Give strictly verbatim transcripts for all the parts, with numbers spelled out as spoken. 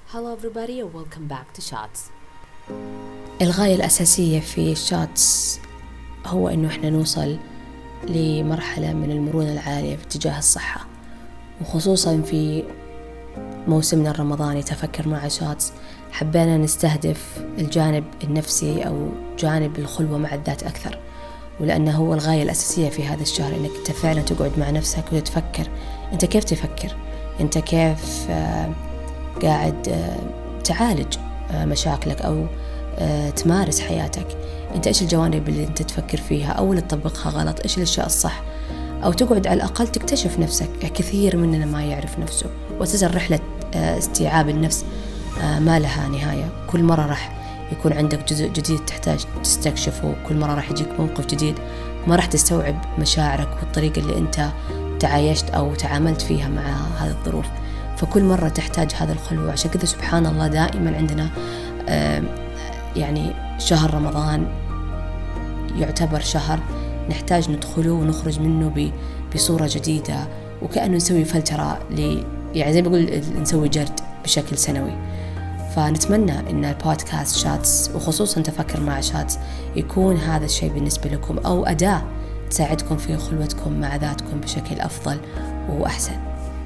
Hello everybody and welcome back to Shots. الغاية الأساسية في شاتس هو إنه إحنا نوصل لمرحلة من المرونة العالية في اتجاه الصحة، وخصوصا في موسمنا الرمضاني تفكر مع شاتس حبينا نستهدف الجانب النفسي أو جانب الخلوة مع الذات أكثر، ولأنه هو الغاية الأساسية في هذا الشهر إنك أنت فعلا تقعد مع نفسك وتتفكر أنت كيف تفكر، أنت كيف آه قاعد آه تعالج آه مشاكلك أو آه تمارس حياتك، أنت إيش الجوانب اللي أنت تفكر فيها أو اللي تطبقها غلط، إيش الأشياء الصح، أو تقعد على الأقل تكتشف نفسك. كثير مننا ما يعرف نفسه، وتزل رحلة آه استيعاب النفس آه ما لها نهاية. كل مرة راح يكون عندك جزء جديد تحتاج تستكشفه، كل مرة راح يجيك موقف جديد ما راح تستوعب مشاعرك والطريقة اللي أنت تعايشت أو تعاملت فيها مع هذه الظروف، فكل مرة تحتاج هذا الخلوة. عشان كذا سبحان الله دائما عندنا آه يعني شهر رمضان يعتبر شهر نحتاج ندخله ونخرج منه بصورة جديدة، وكأنه نسوي فلترة ل يعني زي ما بقول نسوي جرد بشكل سنوي. فنتمنى إن البودكاست شاتس وخصوصا تفكر مع شاتس يكون هذا الشيء بالنسبة لكم أو أداة تساعدكم في خلوتكم مع ذاتكم بشكل أفضل وأحسن.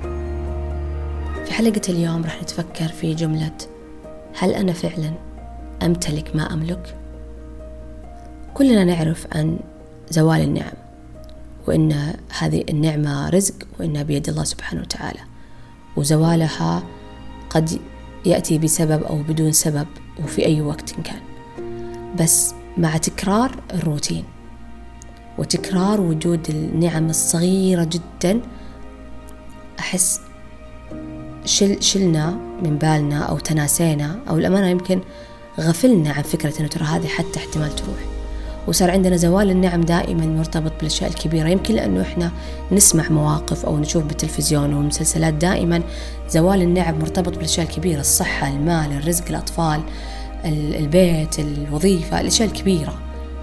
في حلقة اليوم رح نتفكر في جملة: هل أنا فعلا أمتلك ما أملك؟ كلنا نعرف عن زوال النعم، وإن هذه النعمة رزق وإنها بيد الله سبحانه وتعالى، وزوالها قد يأتي بسبب أو بدون سبب وفي أي وقت كان، بس مع تكرار الروتين وتكرار وجود النعم الصغيرة جدا أحس شل شلنا من بالنا أو تناسينا أو الأمانة يمكن غفلنا عن فكرة أنه ترى هذه حتى احتمال تروح، وصار عندنا زوال النعم دائما مرتبط بالأشياء الكبيرة. يمكن لأنه إحنا نسمع مواقف أو نشوف بالتلفزيون ومسلسلات دائما زوال النعم مرتبط بالأشياء الكبيرة: الصحة، المال، الرزق، الأطفال، البيت، الوظيفة، الأشياء الكبيرة.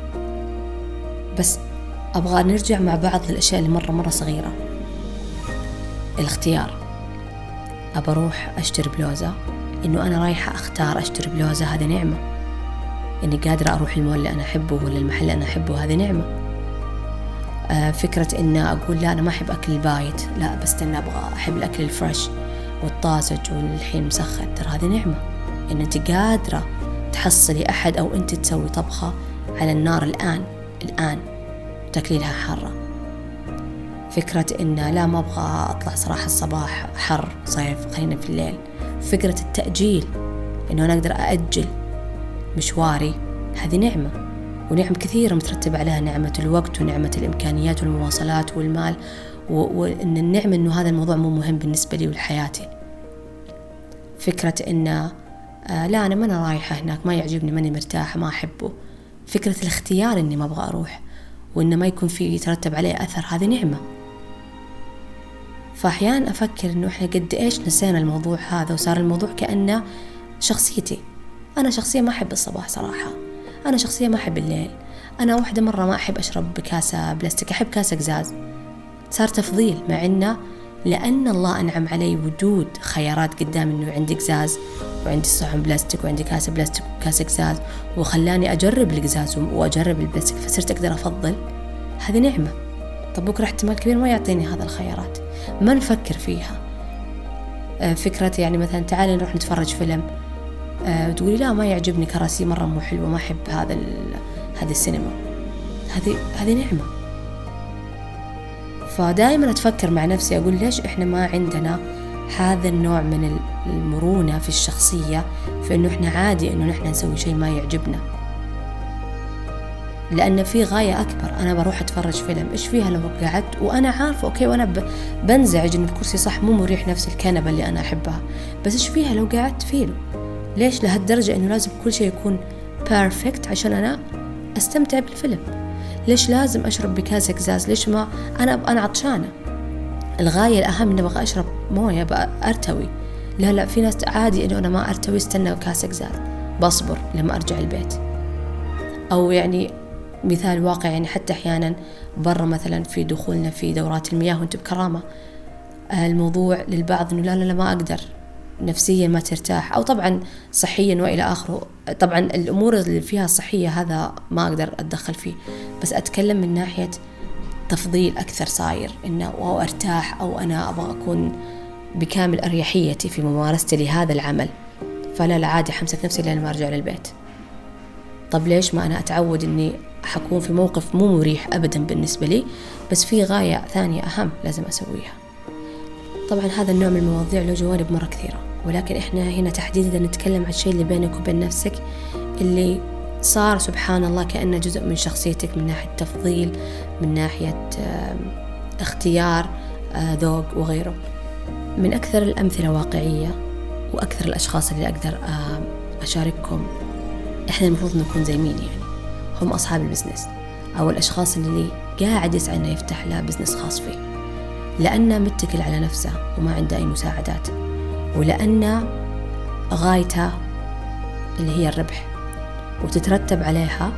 بس أبغى نرجع مع بعض للأشياء اللي مرة مرة صغيرة. الاختيار، أبى أروح أشتري بلوزة، إنه أنا رايحة أختار أشتري بلوزة هذا نعمة. إني قادرة أروح المول اللي أنا أحبه ولا المحل اللي أنا أحبه هذه نعمة. آه فكرة إن أقول لا أنا ما أحب أكل البايت، لا بستنى أبغى أحب الأكل الفريش والطازج والحين مسخن، ترى هذه نعمة. إن أنت قادرة تحصلي أحد أو أنت تسوي طبخة على النار الآن الآن تاكلي لها حارة. فكرة إن لا ما أبغى أطلع صراحة الصباح حر صيف خلينا في الليل. فكرة التأجيل، إنه أنا أقدر أأجل مشواري، هذه نعمة. ونعم كثيرة مترتب عليها: نعمة الوقت ونعمة الإمكانيات والمواصلات والمال، وإن النعمة إنه هذا الموضوع مو مهم بالنسبة لي ولحياتي. فكرة إن آه لا أنا ما أنا رايحة هناك ما يعجبني ماني مرتاحة ما أحبه. فكرة الاختيار إني ما أبغى أروح وإنه ما يكون فيه يترتب عليه أثر، هذه نعمة. فأحيانا أفكر إنه إحنا قد إيش نسينا الموضوع هذا، وصار الموضوع كأنه شخصيتي. أنا شخصية ما أحب الصباح صراحة، أنا شخصية ما أحب الليل، أنا واحدة مرة ما أحب أشرب بكاسة بلاستيك، أحب كاسة قزاز. صار تفضيل، مع إنه لأن الله أنعم علي وجود خيارات قدام، إنه عندي قزاز وعندي صحن بلاستيك وعندي كاسة بلاستيك وكاسة قزاز، وخلاني أجرب القزاز وأجرب البلاستيك فصرت أقدر أفضل، هذه نعمة. طب بكرة احتمال كبير ما يعطيني هذا الخيارات، ما نفكر فيها. فكرة يعني مثلا تعالي نروح نتفرج فيلم، أه تقولي لا ما يعجبني كراسي مرة مو حلوة ما أحب هذا هذه السينما، هذه هذه نعمة. فدائما أتفكر مع نفسي أقول ليش إحنا ما عندنا هذا النوع من المرونة في الشخصية، في إنه إحنا عادي إنه نحن نسوي شيء ما يعجبنا، لأن في غاية أكبر. أنا بروح أتفرج فيلم، إيش فيها لو قعدت وأنا عارفة أوكي وأنا بنزعج إن الكرسي صح مو مريح نفس الكنبة اللي أنا أحبها، بس إيش فيها لو قعدت فيه؟ ليش لهالدرجة إنه لازم كل شيء يكون بيرفكت عشان أنا أستمتع بالفيلم؟ ليش لازم أشرب بكاسة قزاز؟ ليش ما أنا أنا عطشانة؟ الغاية الأهم إني أبغى أشرب موية بقى أرتوي. لا لا في ناس عادي إنه أنا ما أرتوي استنى كاسة قزاز بصبر لما أرجع البيت. أو يعني مثال واقع، يعني حتى أحيانا برا مثلا في دخولنا في دورات المياه وأنت بكرامة، الموضوع للبعض إنه لا لا لا ما أقدر نفسيا ما ترتاح، أو طبعا صحيا وإلى آخره. طبعا الأمور اللي فيها صحية هذا ما أقدر أتدخل فيه، بس أتكلم من ناحية تفضيل أكثر صاير، إنه أو أرتاح أو أنا أبغى أكون بكامل أريحيتي في ممارستي لهذا العمل، فلا لا عادي حمسك نفسي لين ما أرجع للبيت. طب ليش ما أنا أتعود إني حكون في موقف مو مريح أبدا بالنسبة لي، بس في غاية ثانية أهم لازم أسويها. طبعا هذا النوع من المواضيع له جوانب مرة كثيرة، ولكن إحنا هنا تحديدا نتكلم عن الشيء اللي بينك وبين نفسك، اللي صار سبحان الله كأنه جزء من شخصيتك، من ناحية تفضيل، من ناحية اختيار، ذوق وغيره. من أكثر الأمثلة واقعية وأكثر الأشخاص اللي أقدر أشارككم إحنا المفروض نكون زي مين، يعني هم أصحاب البزنس أو الأشخاص اللي قاعد يسعى إنه يفتح له بزنس خاص فيه، لأنه متكل على نفسه وما عنده أي مساعدات، ولأنه غايته اللي هي الربح، وتترتب عليها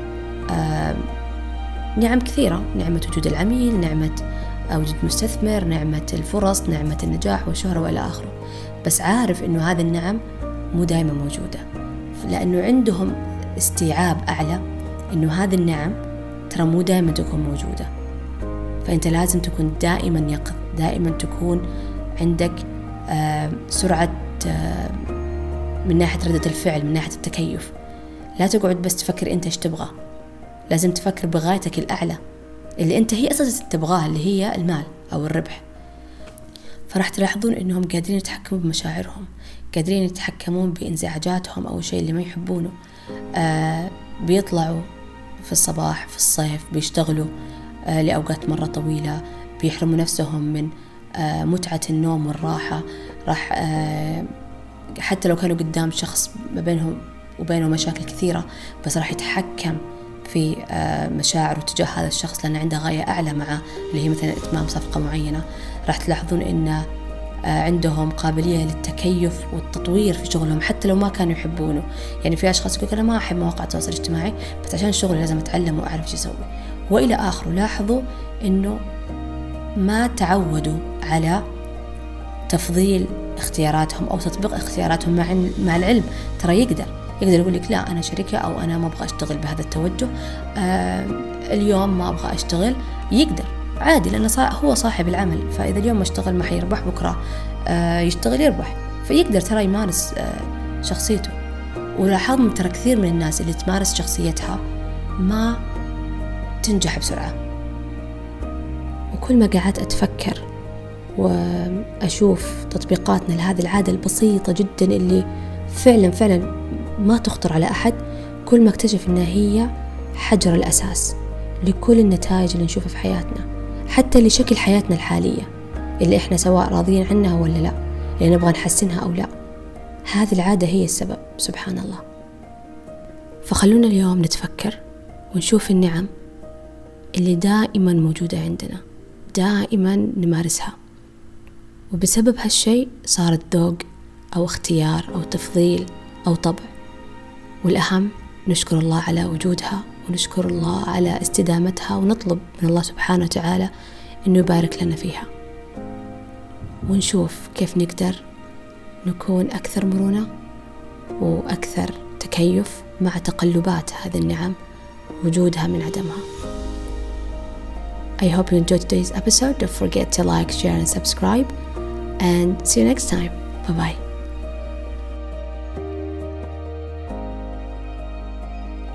نعم كثيرة، نعمة وجود العميل، نعمة وجود مستثمر، نعمة الفرص، نعمة النجاح والشهرة وإلى آخره. بس عارف إنه هذه النعم مو دائما موجودة، لأنه عندهم استيعاب أعلى إنه هذه النعم ترى مو دائما تكون موجودة. فأنت لازم تكون دائما يقظ، دائما تكون عندك آه سرعة آه من ناحية ردة الفعل، من ناحية التكيف. لا تقعد بس تفكر أنت إيش تبغى، لازم تفكر بغايتك الأعلى اللي أنت هي أساس تبغاها، اللي هي المال أو الربح. فراح تلاحظون إنهم قادرين يتحكمون بمشاعرهم، قادرين يتحكمون بانزعاجاتهم أو شيء اللي ما يحبونه. آه بيطلعوا في الصباح في الصيف بيشتغلوا آه لأوقات مرة طويلة، بيحرموا نفسهم من آه متعة النوم والراحة. راح آه حتى لو كانوا قدام شخص ما بينهم وبينه مشاكل كثيرة، بس راح يتحكم في مشاعره تجاه هذا الشخص لأن عنده غاية أعلى معه، اللي هي مثلا إتمام صفقة معينة. راح تلاحظون إن عندهم قابلية للتكيف والتطوير في شغلهم حتى لو ما كانوا يحبونه. يعني في أشخاص يقول أنا ما أحب مواقع التواصل الاجتماعي، بس عشان شغلي لازم أتعلم وأعرف إيش أسوي وإلى آخره. لاحظوا إنه ما تعودوا على تفضيل اختياراتهم أو تطبيق اختياراتهم مع مع العلم. ترى يقدر يقدر يقول لك لا أنا شركة أو أنا ما أبغى أشتغل بهذا التوجه، آه اليوم ما أبغى أشتغل. يقدر عادي لأنه هو صاحب العمل، فإذا اليوم ما اشتغل ما حيربح، بكرة آه يشتغل يربح. فيقدر ترى يمارس آه شخصيته. ولاحظنا ترى كثير من الناس اللي تمارس شخصيتها ما تنجح بسرعة. وكل ما قعدت أتفكر وأشوف تطبيقاتنا لهذه العادة البسيطة جدا اللي فعلا فعلا ما تخطر على أحد، كل ما اكتشف أنها هي حجر الأساس لكل النتائج اللي نشوفها في حياتنا، حتى لشكل حياتنا الحالية اللي إحنا سواء راضيين عنها ولا لا، اللي نبغى نحسنها أو لا. هذه العادة هي السبب سبحان الله. فخلونا اليوم نتفكر ونشوف النعم اللي دائما موجودة عندنا، دائما نمارسها، وبسبب هالشيء صارت ذوق أو اختيار أو تفضيل أو طبع. والأهم نشكر الله على وجودها، ونشكر الله على استدامتها، ونطلب من الله سبحانه وتعالى أنه يبارك لنا فيها، ونشوف كيف نقدر نكون أكثر مرونة وأكثر تكيف مع تقلبات هذه النعم، وجودها من عدمها. I hope you enjoyed today's episode. Don't forget to like, share and subscribe, and see you next time. Bye bye.